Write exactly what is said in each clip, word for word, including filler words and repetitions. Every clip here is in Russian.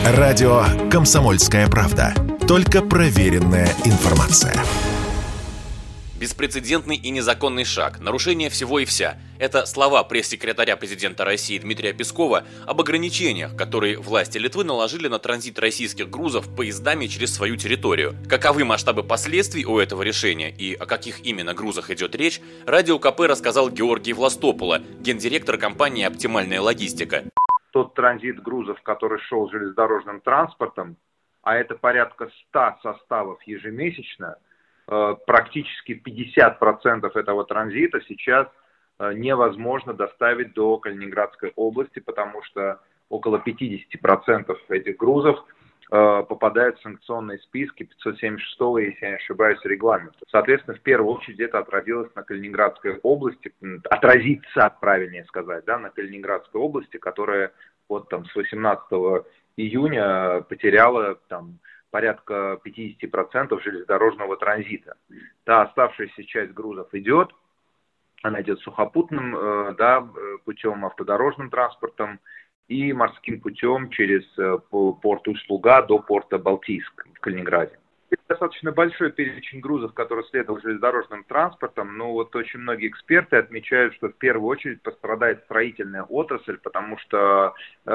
Радио «Комсомольская правда». Только проверенная информация. Беспрецедентный и незаконный шаг, нарушение всего и вся. Это слова пресс-секретаря президента России Дмитрия Пескова об ограничениях, которые власти Литвы наложили на транзит российских грузов поездами через свою территорию. Каковы масштабы последствий у этого решения и о каких именно грузах идет речь, Радио КП рассказал Георгий Властопула, гендиректор компании «Оптимальная логистика». Тот транзит грузов, который шел железнодорожным транспортом, а это порядка ста составов ежемесячно, практически пятьдесят процентов этого транзита сейчас невозможно доставить до Калининградской области, потому что около пятьдесят процентов этих грузов попадают в санкционные списки пятьсот семьдесят шестого, если я не ошибаюсь, регламента. Соответственно, в первую очередь это отразилось на Калининградской области, отразится, правильнее сказать, да, на Калининградской области, которая вот там с восемнадцатого июня потеряла там порядка пятьдесят процентов железнодорожного транзита. Та оставшаяся часть грузов идет, она идет сухопутным да, путем, автодорожным транспортом и морским путем через порт Усть-Луга до порта Балтийск в Калининграде. Это достаточно большой перечень грузов, который следовал железнодорожным транспортом, но вот очень многие эксперты отмечают, что в первую очередь пострадает строительная отрасль, потому что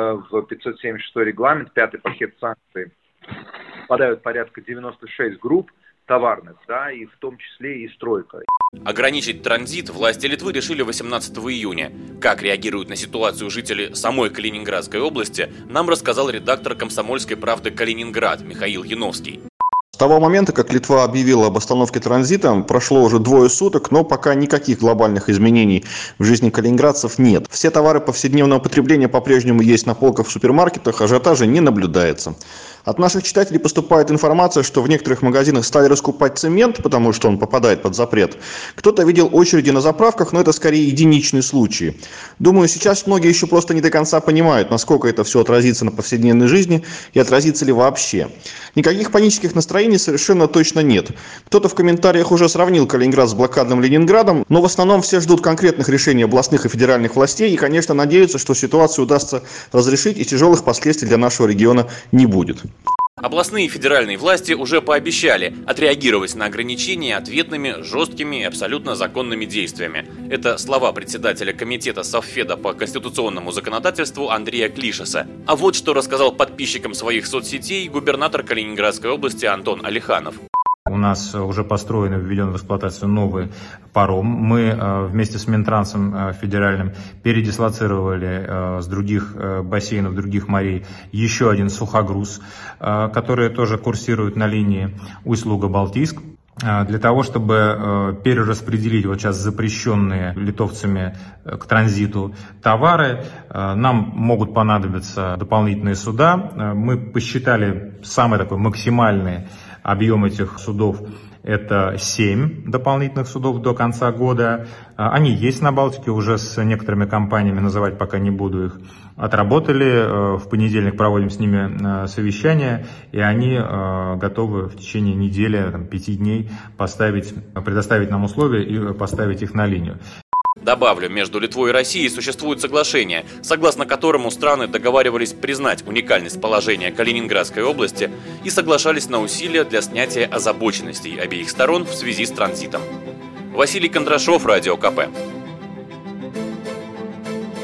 в пятьсот семьдесят шестой регламент, пятый пакет санкций, попадают порядка девяносто шесть групп товарных, да, и в том числе и стройка. Ограничить транзит власти Литвы решили восемнадцатого июня. Как реагируют на ситуацию жители самой Калининградской области, нам рассказал редактор «Комсомольской правды» Калининград Михаил Яновский. С того момента, как Литва объявила об остановке транзита, прошло уже двое суток, но пока никаких глобальных изменений в жизни калининградцев нет. Все товары повседневного потребления по-прежнему есть на полках в супермаркетах, ажиотажа не наблюдается. От наших читателей поступает информация, что в некоторых магазинах стали раскупать цемент, потому что он попадает под запрет. Кто-то видел очереди на заправках, но это скорее единичные случаи. Думаю, сейчас многие еще просто не до конца понимают, насколько это все отразится на повседневной жизни и отразится ли вообще. Никаких панических настроений совершенно точно нет. Кто-то в комментариях уже сравнил Калининград с блокадным Ленинградом, но в основном все ждут конкретных решений областных и федеральных властей и, конечно, надеются, что ситуацию удастся разрешить и тяжелых последствий для нашего региона не будет. Областные и федеральные власти уже пообещали отреагировать на ограничения ответными, жесткими и абсолютно законными действиями. Это слова председателя комитета Совфеда по конституционному законодательству Андрея Клишеса. А вот что рассказал подписчикам своих соцсетей губернатор Калининградской области Антон Алиханов. У нас уже построен и введен в эксплуатацию новый паром. Мы вместе с Минтрансом федеральным передислоцировали с других бассейнов, других морей еще один сухогруз, который тоже курсирует на линии Усть-Луга-Балтийск. Для того, чтобы перераспределить вот сейчас запрещенные литовцами к транзиту товары, нам могут понадобиться дополнительные суда. Мы посчитали самый такой максимальный объем этих судов – это семь дополнительных судов до конца года. Они есть на Балтике, уже с некоторыми компаниями, называть пока не буду их, отработали. В понедельник проводим с ними совещание, и они готовы в течение недели, там, пяти дней поставить, предоставить нам условия и поставить их на линию. Добавлю, между Литвой и Россией существует соглашение, согласно которому страны договаривались признать уникальность положения Калининградской области и соглашались на усилия для снятия озабоченностей обеих сторон в связи с транзитом. Василий Кондрашов, Радио КП.